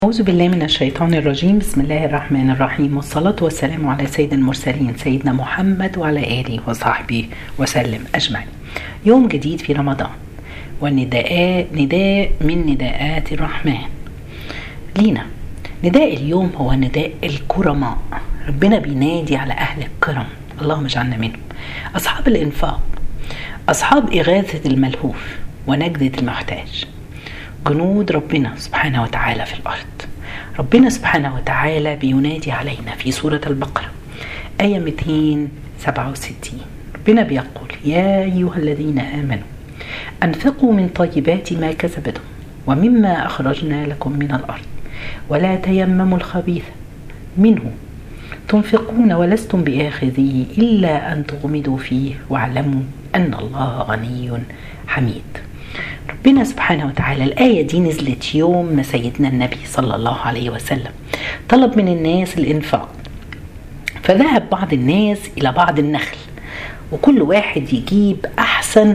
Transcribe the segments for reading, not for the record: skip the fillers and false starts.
أعوذ بالله من الشيطان الرجيم. بسم الله الرحمن الرحيم، والصلاة والسلام على سيد المرسلين سيدنا محمد وعلى آله وصحبه وسلم أجمعين. يوم جديد في رمضان، والنداء نداء من نداءات الرحمن لينا. نداء اليوم هو نداء الكرماء. ربنا بينادي على أهل الكرم، اللهم اجعلنا منهم. أصحاب الإنفاق، أصحاب إغاثة الملهوف ونجدة المحتاج، جنود ربنا سبحانه وتعالى في الأرض. ربنا سبحانه وتعالى بينادي علينا في سورة البقرة آية 267. ربنا بيقول: يا أيها الذين آمنوا أنفقوا من طيبات ما كسبتم ومما أخرجنا لكم من الأرض ولا تيمموا الخبيث منه تنفقون ولستم بآخذيه إلا أن تغمضوا فيه واعلموا أن الله غني حميد. ربنا سبحانه وتعالى الآية دي نزلت يوم ما سيدنا النبي صلى الله عليه وسلم طلب من الناس الإنفاق، فذهب بعض الناس إلى بعض النخل، وكل واحد يجيب أحسن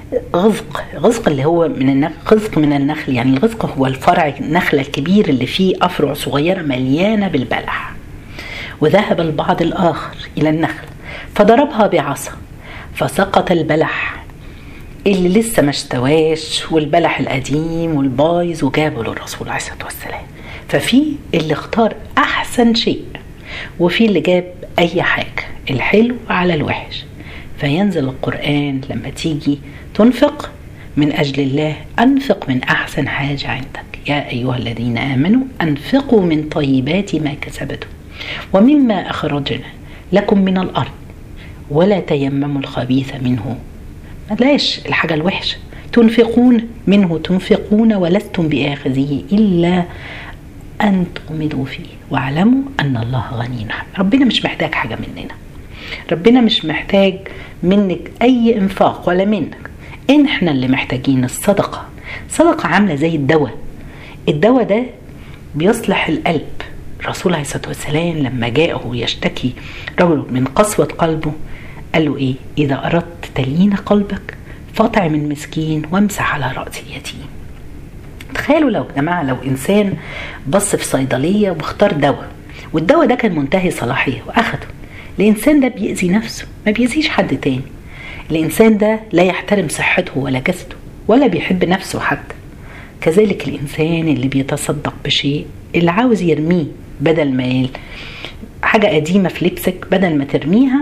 غزق اللي هو من النخل، غزق من النخل، يعني الغزق هو الفرع النخلة الكبير اللي فيه أفرع صغيرة مليانة بالبلح. وذهب البعض الآخر إلى النخل فضربها بعصا فسقط البلح اللي لسه ما استواش والبلح القديم والبايظ، وجابه للرسول عليه الصلاة والسلام. ففي اللي اختار أحسن شيء، وفي اللي جاب أي حاجة، الحلو على الوحش. فينزل القرآن لما تيجي تنفق من أجل الله: أنفق من أحسن حاجة عندك. يا أيها الذين آمنوا أنفقوا من طيبات ما كسبتم ومما أخرجنا لكم من الأرض ولا تيمموا الخبيث منه، ملاش الحاجة الوحشة، تنفقون منه تنفقون ولستم بآخذيه إلا أن تغمضوا فيه واعلموا أن الله غني حميد. ربنا مش محتاج حاجة مننا، ربنا مش محتاج منك أي إنفاق ولا منك، إحنا اللي محتاجين الصدقة. صدقة عاملة زي الدواء ده بيصلح القلب. الرسول عليه الصلاة والسلام لما جاءه يشتكي رجل من قسوة قلبه قال له إيه؟ إذا أردت تلين قلبك فاطعم المسكين وامسح على رأس اليتيم. تخيلوا لو جماعة، لو إنسان بص في صيدلية واختار دواء، والدواء ده كان منتهي صلاحية وأخده، الإنسان ده بيأذي نفسه، ما بيأذيش حد تاني. الإنسان ده لا يحترم صحته ولا جسده ولا بيحب نفسه حتى. كذلك الإنسان اللي بيتصدق بشيء، اللي عاوز يرميه، بدل ما حاجة قديمة في لبسك بدل ما ترميها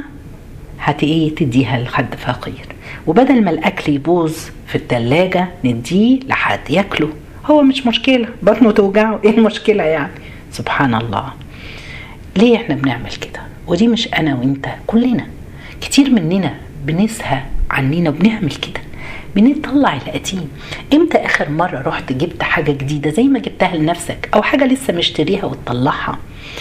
تديها لحد فقير، وبدل ما الأكل يبوظ في التلاجة نديه لحد يأكله. هو مش مشكلة، بطنه توجعه، ايه المشكلة يعني؟ سبحان الله. ليه احنا بنعمل كده؟ ودي مش أنا وانت، كلنا كتير مننا بنسهى عننا وبنعمل كده، بنطلع القديم. امتى آخر مرة رحت جبت حاجة جديدة زي ما جبتها لنفسك، أو حاجة لسه مشتريها وتطلعها؟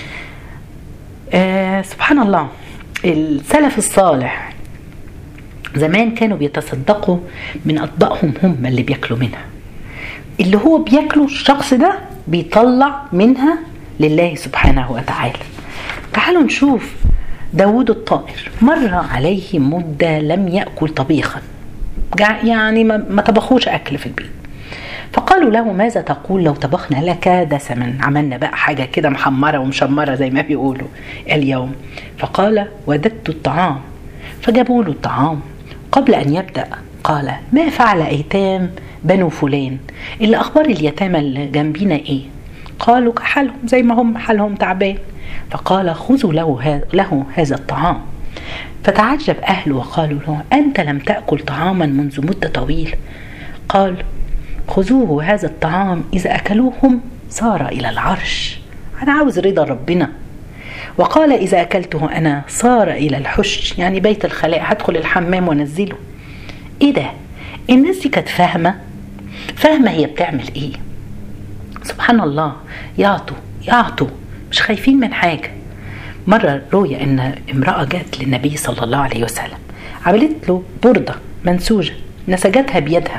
سبحان الله. السلف الصالح زمان كانوا بيتصدقوا من أطباقهم هم اللي بيأكلوا منها، اللي هو بيأكلوا الشخص ده بيطلع منها لله سبحانه وتعالى. تعالوا نشوف داود الطائر، مر عليه مدة لم يأكل طبيخا، يعني ما طبخوش أكل في البيت. فقالوا له: ماذا تقول لو طبخنا لك دسما، عملنا بقى حاجة كده محمرة ومشمرة زي ما بيقولوا اليوم؟ فقال: وددت الطعام. فجابوا له الطعام. قبل أن يبدأ قال: ما فعل أيتام بنو فلان؟ اللي أخبار اليتامى اللي جنبينا إيه؟ قالوا: كحالهم، زي ما هم حالهم تعبان. فقال: خذوا له هذا الطعام. فتعجب أهله وقالوا له: أنت لم تأكل طعاما منذ مدة طويلة. قال: خذوه هذا الطعام، إذا أكلوهم صار إلى العرش. أنا عاوز رضا ربنا. وقال: إذا أكلته أنا صار إلى الحش، يعني بيت الخلاء، هدخل الحمام ونزله. إيه ده؟ الناس دي كانت فاهمة هي بتعمل إيه. سبحان الله. يعطوا مش خايفين من حاجة. مرة روي أن امرأة جات للنبي صلى الله عليه وسلم، عملت له بردة منسوجة نسجتها بيدها،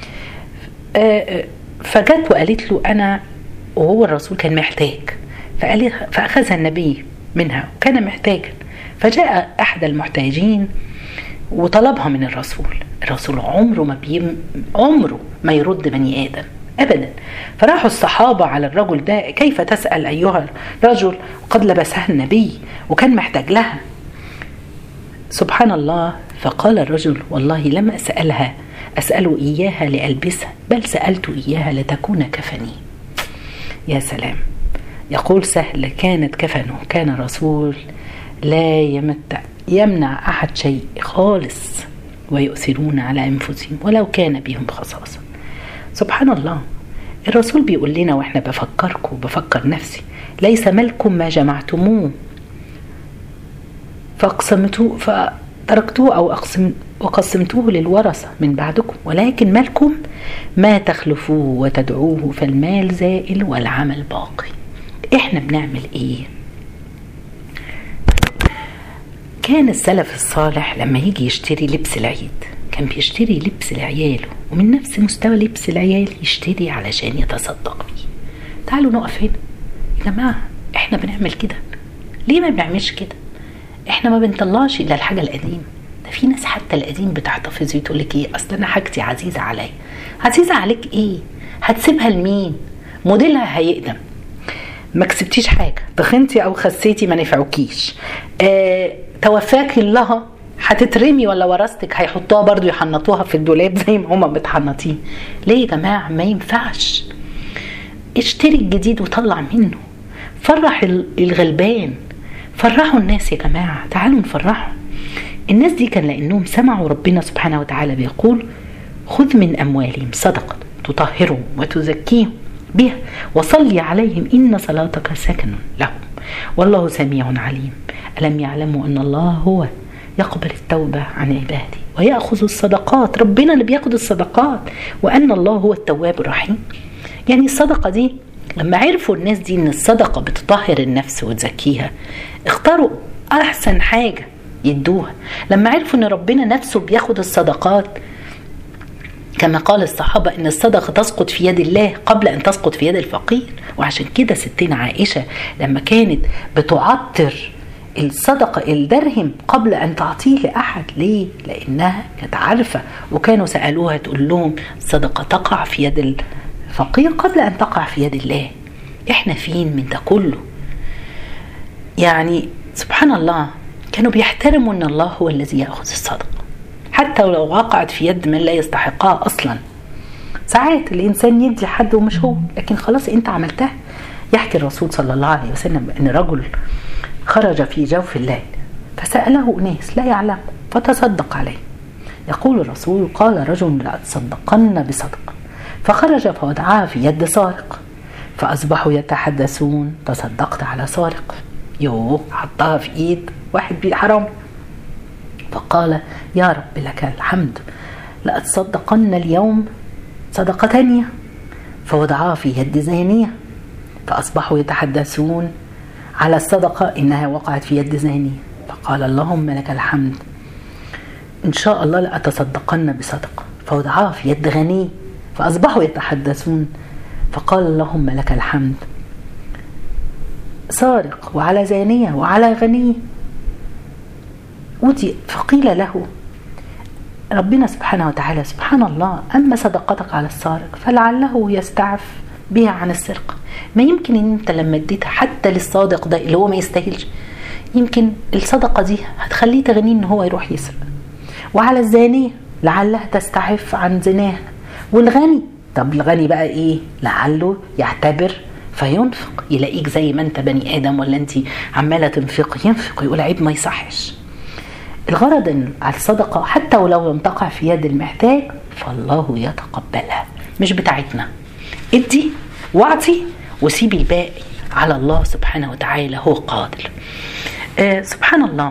فجت وقالت له أنا، وهو الرسول كان محتاج، فأخذها النبي منها وكان محتاجا. فجاء أحد المحتاجين وطلبها من الرسول. الرسول عمره ما يرد بني آدم أبدا. فراحوا الصحابة على الرجل ده: كيف تسأل أيها الرجل وقد لبسها النبي وكان محتاج لها؟ سبحان الله. فقال الرجل: والله لم أسأل إياها لألبسها، بل سألت إياها لتكون كفني. يا سلام. يقول سهل: كانت كفنه. كان رسول لا يمنع أحد شيء خالص، ويؤثرون على أنفسهم ولو كان بهم خصاصة. سبحان الله. الرسول بيقول لنا، وإحنا بفكركم وبفكر نفسي: ليس ملكم ما جمعتموه فتركتوه أو وقسمتوه للورثة من بعدكم، ولكن مالكم ما تخلفوه وتدعوه، فالمال زائل والعمل باقي. احنا بنعمل ايه؟ كان السلف الصالح لما يجي يشتري لبس العيد كان بيشتري لبس لعياله، ومن نفس مستوى لبس العيال يشتري علشان يتصدق بيه. تعالوا نقف هنا يا جماعة، احنا بنعمل كده ليه؟ ما بنعملش كده. احنا ما بنطلعش الا الحاجة القديمة. ده في ناس حتى القديم بتحتفظ وتقول لك ايه، اصل انا حاجتي عزيزة عليا. عزيزة عليك ايه؟ هتسيبها لمين؟ موديلها هيقدم، ما كسبتيش حاجة، تخنتي او خسيتي ما نفعوكيش، توفاك الله، هتترمي ولا ورثتك هيحطوها برضو يحنطوها في الدولاب زي ما هما بتحنطين. ليه يا جماعة؟ ما ينفعش. اشتري الجديد وطلع منه، فرح الغلبان، فرحوا الناس يا جماعة. تعالوا نفرحوا الناس دي. كان لأنهم سمعوا ربنا سبحانه وتعالى بيقول: خذ من أموالهم صدقة تطهرهم وتزكيهم بها وصلي عليهم إن صلاتك سكن لهم والله سميع عليم. ألم يعلموا أن الله هو يقبل التوبة عن عباده ويأخذ الصدقات؟ ربنا اللي بياخد الصدقات، وأن الله هو التواب الرحيم. يعني الصدقة دي لما عرفوا الناس دي ان الصدقة بتطهر النفس وتزكيها، اختاروا احسن حاجة يدوها. لما عرفوا ان ربنا نفسه بياخد الصدقات، كما قال الصحابة ان الصدقة تسقط في يد الله قبل ان تسقط في يد الفقير. وعشان كده ستنا عائشة لما كانت بتعطر الصدقة الدرهم قبل ان تعطيه لاحد، ليه؟ لانها كانت عارفة، وكانوا سألوها تقول لهم الصدقة تقع في يد الفقير قبل ان تقع في يد الله. احنا فين من ده كله؟ يعني سبحان الله، كانوا بيحترموا ان الله هو الذي يأخذ الصدقة حتى ولو وقعت في يد من لا يستحقها اصلا. ساعات الانسان يدي حد ومش هو، لكن خلاص انت عملتها. يحكي الرسول صلى الله عليه وسلم ان رجل خرج في جوف الليل فسأله اناس لا يعلم فتصدق عليه. يقول الرسول: قال رجل لأتصدقن بصدقة، فخرج فوضعها في يد سارق، فأصبحوا يتحدثون: تصدقت على سارق. يوه، حطها في ايد واحد حرام. فقال: يا رب لك الحمد، لأتصدقن اليوم صدقة تانية، فوضعها في يد زانية، فأصبحوا يتحدثون على الصدقة إنها وقعت في يد زانية. فقال: اللهم لك الحمد، إن شاء الله لأتصدقن بصدقة، فوضعها في يد غني، فأصبحوا يتحدثون. فقال: اللهم لك الحمد، سارق وعلى زانية وعلى غني. فقيل له ربنا سبحانه وتعالى: سبحان الله، أما صدقتك على السارق فلعله يستعف بها عن السرقة. ما يمكن ان انت لما اديتها حتى للصادق ده اللي هو ما يستاهلش، يمكن الصدقة دي هتخليه تغنيه ان هو يروح يسرق. وعلى الزانية لعلها تستعف عن زناها. والغني، طب الغني بقى ايه؟ لعله يعتبر فينفق، يلاقيك زي ما انت بني ادم ولا انت عمالة تنفق، ينفق يقول عيب ما يصحش. الغرض ان الصدقة حتى ولو لم تقع في يد المحتاج فالله يتقبلها، مش بتاعتنا. ادي واعطي وسيبي الباقي على الله سبحانه وتعالى، هو قادر. سبحان الله.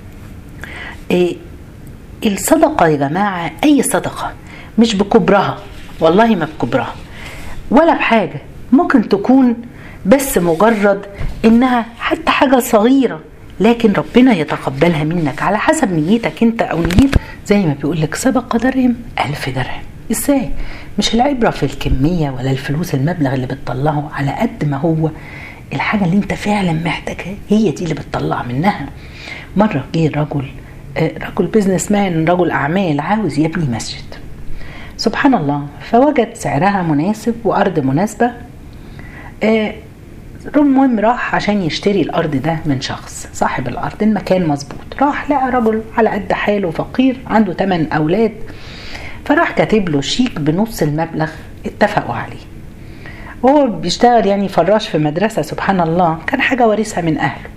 الصدقة يا جماعة، أي صدقة مش بكبرها، والله ما بكبرها ولا بحاجة، ممكن تكون بس مجرد إنها حتى حاجة صغيرة، لكن ربنا يتقبلها منك على حسب نيتك انت او نيت. زي ما بيقول لك: سبق درهم 1000 درهم. ازاي؟ مش العبرة في الكمية ولا الفلوس، المبلغ اللي بتطلعه على قد ما هو الحاجة اللي انت فعلا محتاجها، هي دي اللي بتطلع منها. مرة جه رجل بيزنس مان، رجل اعمال، عاوز يبني مسجد، سبحان الله، فوجد سعرها مناسب وأرض مناسبة. المهم راح عشان يشتري الأرض ده من شخص صاحب الأرض، المكان مظبوط. راح لقى رجل على قد حاله فقير عنده 8 أولاد، فراح كاتب له شيك بنص المبلغ اتفقوا عليه. وهو بيشتغل يعني فراش في مدرسة، سبحان الله، كان حاجة وارثها من أهله.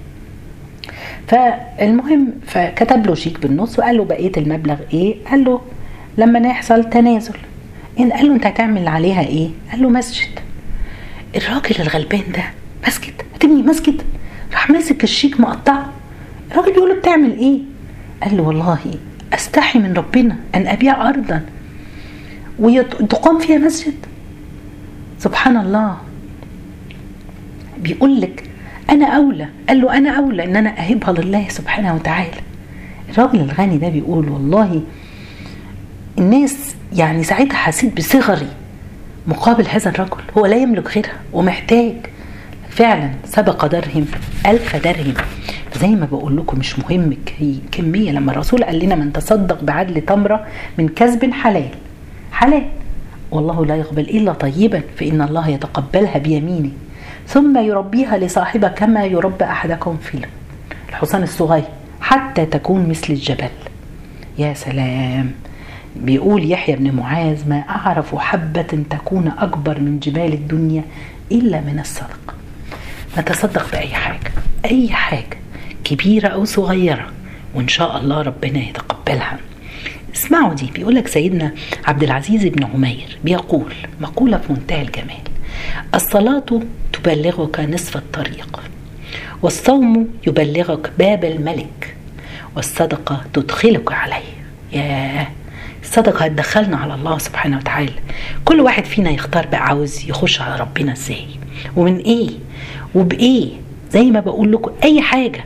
فالمهم فكتب له شيك بالنص وقال له بقية المبلغ ايه؟ قال له لما نحصل تنازل. قال له انت هتعمل عليها ايه؟ قال له مسجد. الراجل الغلبان ده مسجد؟ هتبني مسجد؟ راح ماسك الشيك مقطعه. الراجل بيقول له بتعمل ايه؟ قال له والله استحي من ربنا ان ابيع ارضا وتقام فيها مسجد. سبحان الله. بيقول لك انا اولى، قال له انا اولى ان انا اهبها لله سبحانه وتعالى. الراجل الغني ده بيقول والله الناس يعني ساعتها حسيت بصغري مقابل هذا الرجل، هو لا يملك غيرها ومحتاج فعلا. سبق درهم 1000 درهم. زي ما بقول لكم مش مهم كمية. لما الرسول قال لنا من تصدق بعدل تمرة من كسب حلال، حلال والله لا يقبل إلا طيبا فإن الله يتقبلها بيمينه ثم يربيها لصاحبها كما يربى أحدكم في الحصان الصغير حتى تكون مثل الجبل. يا سلام. بيقول يحيى بن معاذ ما أعرف حبة تكون أكبر من جبال الدنيا إلا من الصدقة. نتصدق بأي حاجة، أي حاجة كبيرة أو صغيرة، وإن شاء الله ربنا يتقبلها. اسمعوا دي. بيقولك سيدنا عبد العزيز بن عمير بيقول مقولة في منتهى الجمال: الصلاة تبلغك نصف الطريق، والصوم يبلغك باب الملك، والصدقة تدخلك عليه. ياه، الصدقة هتدخلنا على الله سبحانه وتعالى. كل واحد فينا يختار بقى عاوز يخش على ربنا ازاي ومن ايه وبايه. زي ما بقول لكم اي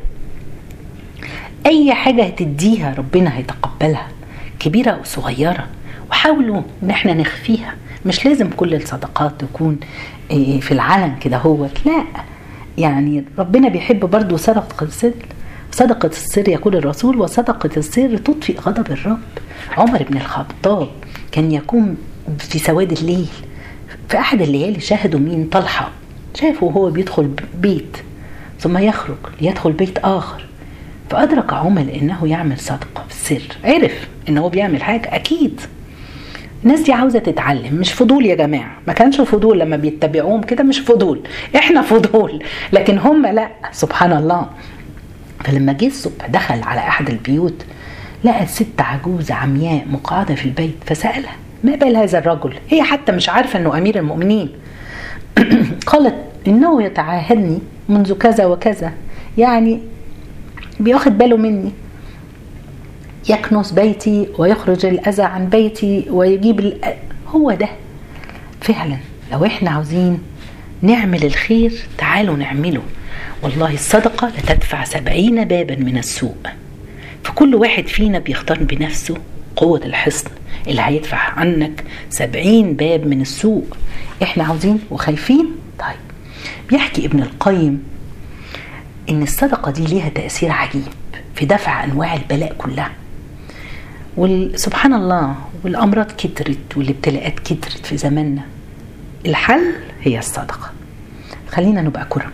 حاجة هتديها ربنا هيتقبلها، كبيرة او صغيرة. وحاولوا ان احنا نخفيها. مش لازم كل الصدقات تكون في العلن كده هو، لا، يعني ربنا بيحب برضو صدقة السر. صدقة السر يقول الرسول وصدقة السر تطفئ غضب الرب. عمر بن الخطاب كان يقوم في سواد الليل. في أحد الليالي شاهدوا مين؟ طلحة. شافوا هو بيدخل بيت ثم يخرج ليدخل بيت آخر، فأدرك عمر إنه يعمل صدقة في السر. عرف إنه بيعمل حاجة أكيد. الناس دي عاوزة تتعلم، مش فضول يا جماعة. ما كانش فضول لما بيتبعوهم كده، مش فضول، احنا فضول، لكن هم لا. سبحان الله. فلما جه الصبح دخل على أحد البيوت لقى ست عجوزة عمياء مقعدة في البيت، فسألها ما بال هذا الرجل؟ هي حتى مش عارفة أنه أمير المؤمنين. قالت إنه يتعاهدني منذ كذا وكذا، يعني بياخد باله مني، يكنس بيتي ويخرج الأذى عن بيتي ويجيب هو ده فعلا. لو احنا عاوزين نعمل الخير تعالوا نعمله. والله الصدقة لتدفع 70 بابا من السوء. فكل واحد فينا بيختار بنفسه قوة الحصن اللي هيدفع عنك 70 باب من السوء. احنا عاوزين وخايفين. طيب، بيحكي ابن القيم ان الصدقة دي ليها تأثير عجيب في دفع انواع البلاء كلها. وسبحان الله، والامراض كترت والابتلاءات كترت في زماننا. الحل هي الصدقة. خلينا نبقى كرم.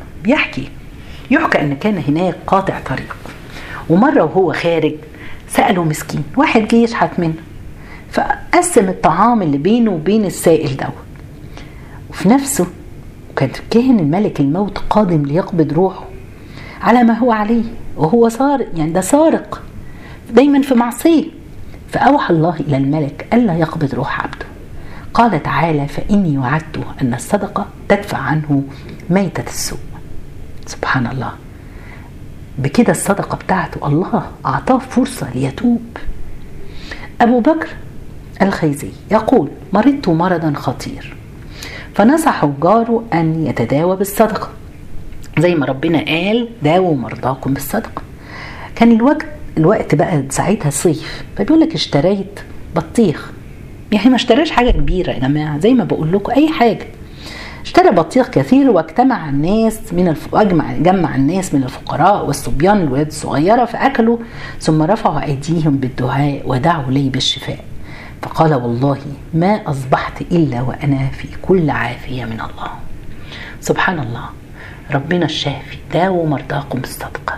يحكى ان كان هناك قاطع طريق، ومرة وهو خارج سأله مسكين، واحد جه يشحت منه، فقسم الطعام اللي بينه وبين السائل دوت. وفي نفسه كان الملك الموت قادم ليقبض روحه على ما هو عليه، وهو سارق، يعني ده سارق دايما في معصية. فأوحى الله إلى الملك ألا يقبض روح عبده. قال تعالى فإني وعدته أن الصدقة تدفع عنه ميتة السوء. سبحان الله. بكده الصدقة بتاعته الله أعطاه فرصة ليتوب. أبو بكر الخيزي يقول مرضت مرضا خطير فنصحوا جاره أن يتداوى بالصدقة، زي ما ربنا قال داووا مرضاكم بالصدقة. كان الوقت بقى ساعتها صيف، فبيقول لك اشتريت بطيخ، يعني ما اشتراش حاجة كبيرة يا جماعة، زي ما بقول لكم أي حاجة. اشترى بطيخ كثير واجتمع الناس جمع الناس من الفقراء والصبيان الولاد الصغيرة فأكلوا، ثم رفعوا أيديهم بالدعاء ودعوا لي بالشفاء. فقال والله ما أصبحت إلا وأنا في كل عافية من الله. سبحان الله، ربنا الشافي داووا مرضاكم بالصدقة.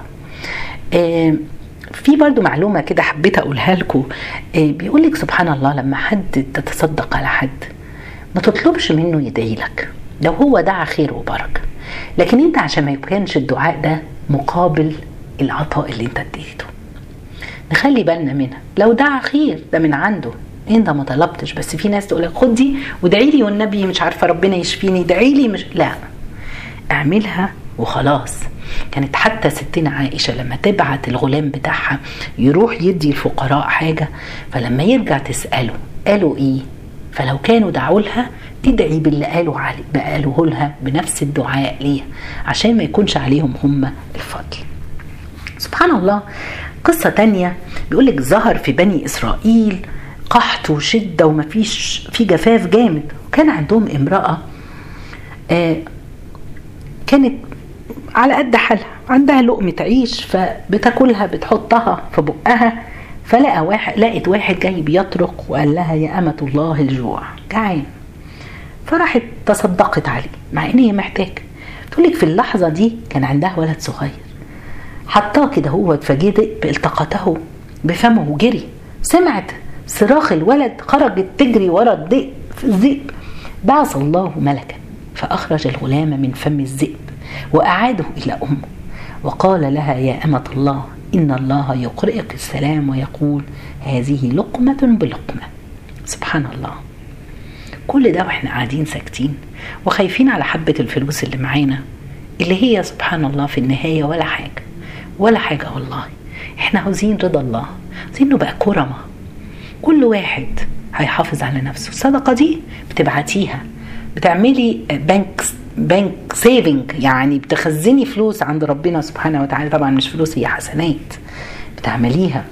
في برضو معلومة كده حبيت أقولها لكم. بيقولك سبحان الله لما حد تتصدق على حد ما تطلبش منه يدعي لك، لو هو دعا خير وبركة، لكن انت عشان ما يكونش الدعاء ده مقابل العطاء اللي انت اديته. نخلي بالنا منها، لو دعا خير ده من عنده، انت ما طلبتش. بس في ناس تقولك خد دي ودعي لي والنبي مش عارفة ربنا يشفيني، ادعي لي، مش لا، اعملها وخلاص. كانت حتى ستنا عائشة لما تبعت الغلام بتاعها يروح يدي الفقراء حاجة، فلما يرجع تسأله قالوا ايه، فلو كانوا دعوا لها تدعي باللي قالوه لها بنفس الدعاء ليها، عشان ما يكونش عليهم هم الفضل. سبحان الله. قصة تانية بيقولك ظهر في بني إسرائيل قحط وشدة ومفيش في جفاف جامد، وكان عندهم امرأة كانت على قد حالها، عندها لقمة عيش فبتاكلها بتحطها في بقها، لقت واحد جاي بيطرق وقال لها يا أمة الله الجوع، جعان. فراحت تصدقت عليه مع ان هي محتاجة. تقولك في اللحظة دي كان عندها ولد صغير، حطاه كده هو فجأة التقطه بفمه وجري. سمعت صراخ الولد، خرجت تجري ورا الذئب. بعث الله ملكا فأخرج الغلام من فم الذئب وأعاده إلى أمه، وقال لها يا أمة الله إن الله يقرئك السلام ويقول هذه لقمة بلقمة. سبحان الله. كل ده واحنا قاعدين ساكتين وخايفين على حبة الفلوس اللي معانا، اللي هي سبحان الله في النهاية ولا حاجة ولا حاجة. والله احنا عاوزين رضا الله، عاوزين نبقى كرمة. كل واحد هيحافظ على نفسه. الصدقة دي بتبعتيها، بتعملي بنك سيفنج، يعني بتخزني فلوس عند ربنا سبحانه وتعالى. طبعا مش فلوس، هي حسنات بتعمليها.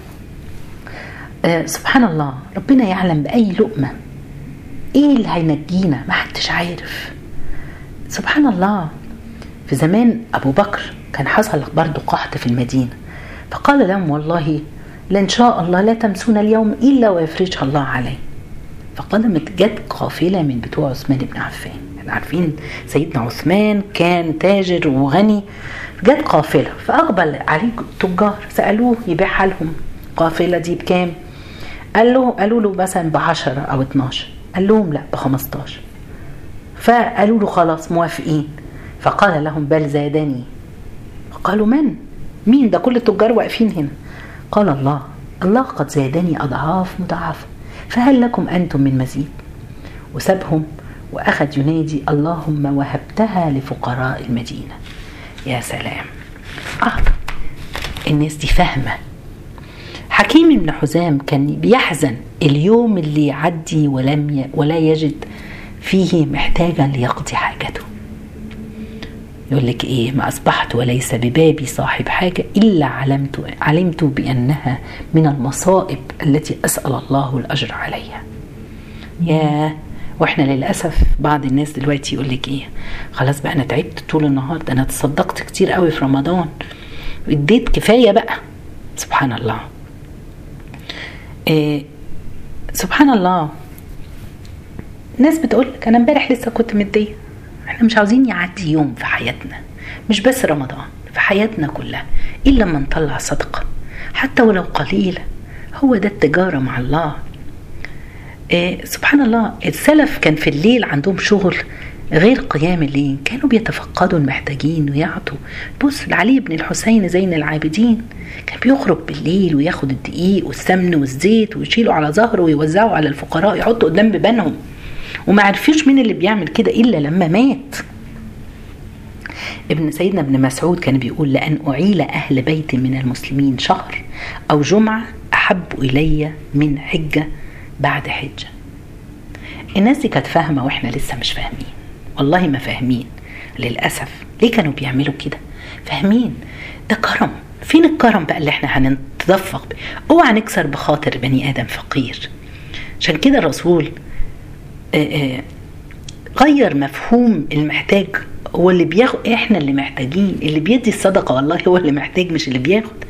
سبحان الله. ربنا يعلم بأي لقمة ايه اللي هينجينا، ما حدش عارف. سبحان الله. في زمان أبو بكر كان حصل برضو قحط في المدينة، فقال لهم والله لن شاء الله لا تمسون اليوم إلا ويفرجها الله عليه. فقدمت جت قافلة من بتوع عثمان بن عفان. احنا عارفين سيدنا عثمان كان تاجر وغني. جت قافلة فأقبل عليه تجار سألوه يبيعها لهم. قافلة دي بكام؟ قالوا له مثلا ب10 أو 12. قال لهم لا ب15. فقالوا له خلاص موافقين. فقال لهم بل زادني. فقالوا مين ده؟ كل التجار واقفين هنا. قال الله قد زادني أضعاف مضاعفة، فهل لكم أنتم من مزيد؟ وسابهم وأخذ ينادي اللهم وهبتها لفقراء المدينة. يا سلام. الناس دي فاهمة. حكيم بن حزام كان بيحزن اليوم اللي يعدي ولا يجد فيه محتاجا ليقضي حاجته. يقول لك ايه، ما اصبحت وليس ببابي صاحب حاجة الا علمت بانها من المصائب التي اسأل الله الاجر عليها. واحنا للاسف بعض الناس دلوقتي يقول لك ايه، خلاص بقى انا تعبت طول النهار، ده انا تصدقت كتير قوي في رمضان، اديت كفاية بقى. سبحان الله. سبحان الله. ناس بتقولك انا امبارح لسه كنت متضايقه. احنا مش عاوزين يعدي يوم في حياتنا، مش بس رمضان، في حياتنا كلها، الا لما نطلع صدقه حتى ولو قليله. هو ده التجاره مع الله. سبحان الله. السلف كان في الليل عندهم شغل غير قيام الليل، كانوا بيتفقدوا المحتاجين ويعطوا. بص علي بن الحسين زين العابدين كان بيخرج بالليل وياخد الدقيق والسمن والزيت ويشيله على ظهره ويوزعه على الفقراء، يحطوا قدام بيبانهم، وما عرفوش مين اللي بيعمل كده إلا لما مات. سيدنا ابن مسعود كان بيقول لأن أعيل أهل بيت من المسلمين شهر أو جمعة أحب إلي من حجة بعد حجة. الناس دي كانت فاهمة وإحنا لسه مش فاهمين. والله ما فاهمين للأسف. ليه كانوا بيعملوا كده؟ فاهمين ده كرم. فين الكرم بقى اللي احنا هنتدفق بيه؟ اوعى نكسر بخاطر بني آدم فقير. عشان كده الرسول غير مفهوم المحتاج. هو اللي بياخد، احنا اللي محتاجين. اللي بيدي الصدقة والله هو اللي محتاج مش اللي بياخد.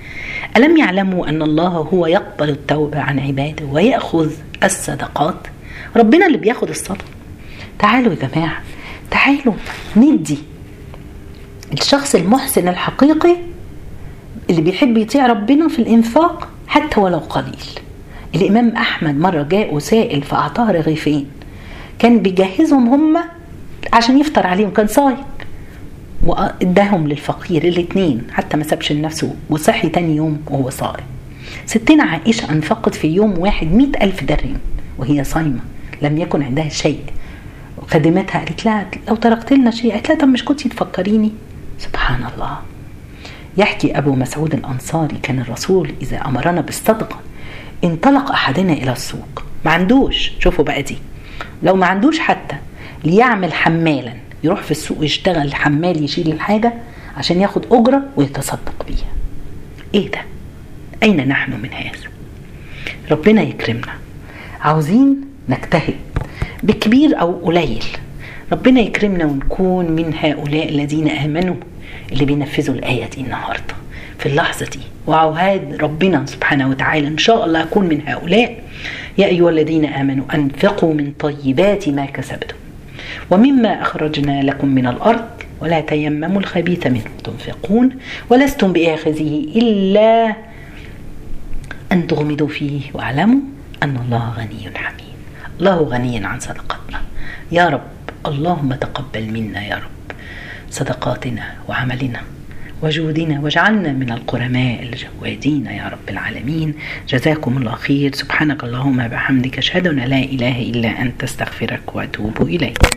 ألم يعلموا أن الله هو يقبل التوبة عن عباده ويأخذ الصدقات؟ ربنا اللي بياخد الصدقة. تعالوا يا جماعة، تعالوا ندي الشخص المحسن الحقيقي اللي بيحب يطيع ربنا في الإنفاق حتى ولو قليل. الإمام أحمد مرة جاء سائل فأعطاه رغيفين، كان بيجهزهم هم عشان يفطر عليهم، كان صايم، واداهم للفقير الاتنين حتى ما سابش لنفسه، وصحي تاني يوم وهو صائم. ستنا عائشة أنفقت في يوم واحد 100,000 درهم وهي صايمة، لم يكن عندها شيء. خدمتها قالت لها لو تركت لنا شيء، قالت لها طب مش كنتي تفكريني؟ سبحان الله. يحكي أبو مسعود الأنصاري كان الرسول إذا أمرنا بالصدقة انطلق أحدنا إلى السوق، ما عندوش، شوفوا بقى دي، لو ما عندوش حتى ليعمل حمالا، يروح في السوق يشتغل حمال يشيل الحاجة عشان ياخد أجرة ويتصدق بيها. إيه ده؟ أين نحن من هذا؟ ربنا يكرمنا. عاوزين نجتهد بكبير أو قليل، ربنا يكرمنا ونكون من هؤلاء الذين آمنوا اللي بينفذوا الآية دي النهاردة في اللحظة دي، وعهد ربنا سبحانه وتعالى إن شاء الله أكون من هؤلاء. يا أيها الذين آمنوا أنفقوا من طيبات ما كسبتم ومما أخرجنا لكم من الأرض ولا تيمموا الخبيث منه تنفقون ولستم بآخذه إلا أن تغمضوا فيه واعلموا أن الله غني حميد. الله غني عن صدقاتنا يا رب. اللهم تقبل منا يا رب صدقاتنا وعملنا وجودنا، واجعلنا من القرماء الجوادين يا رب العالمين. جزاكم الله خير. سبحانك اللهم بحمدك، أشهد أن لا إله إلا أنت، استغفرك وأتوب إليك.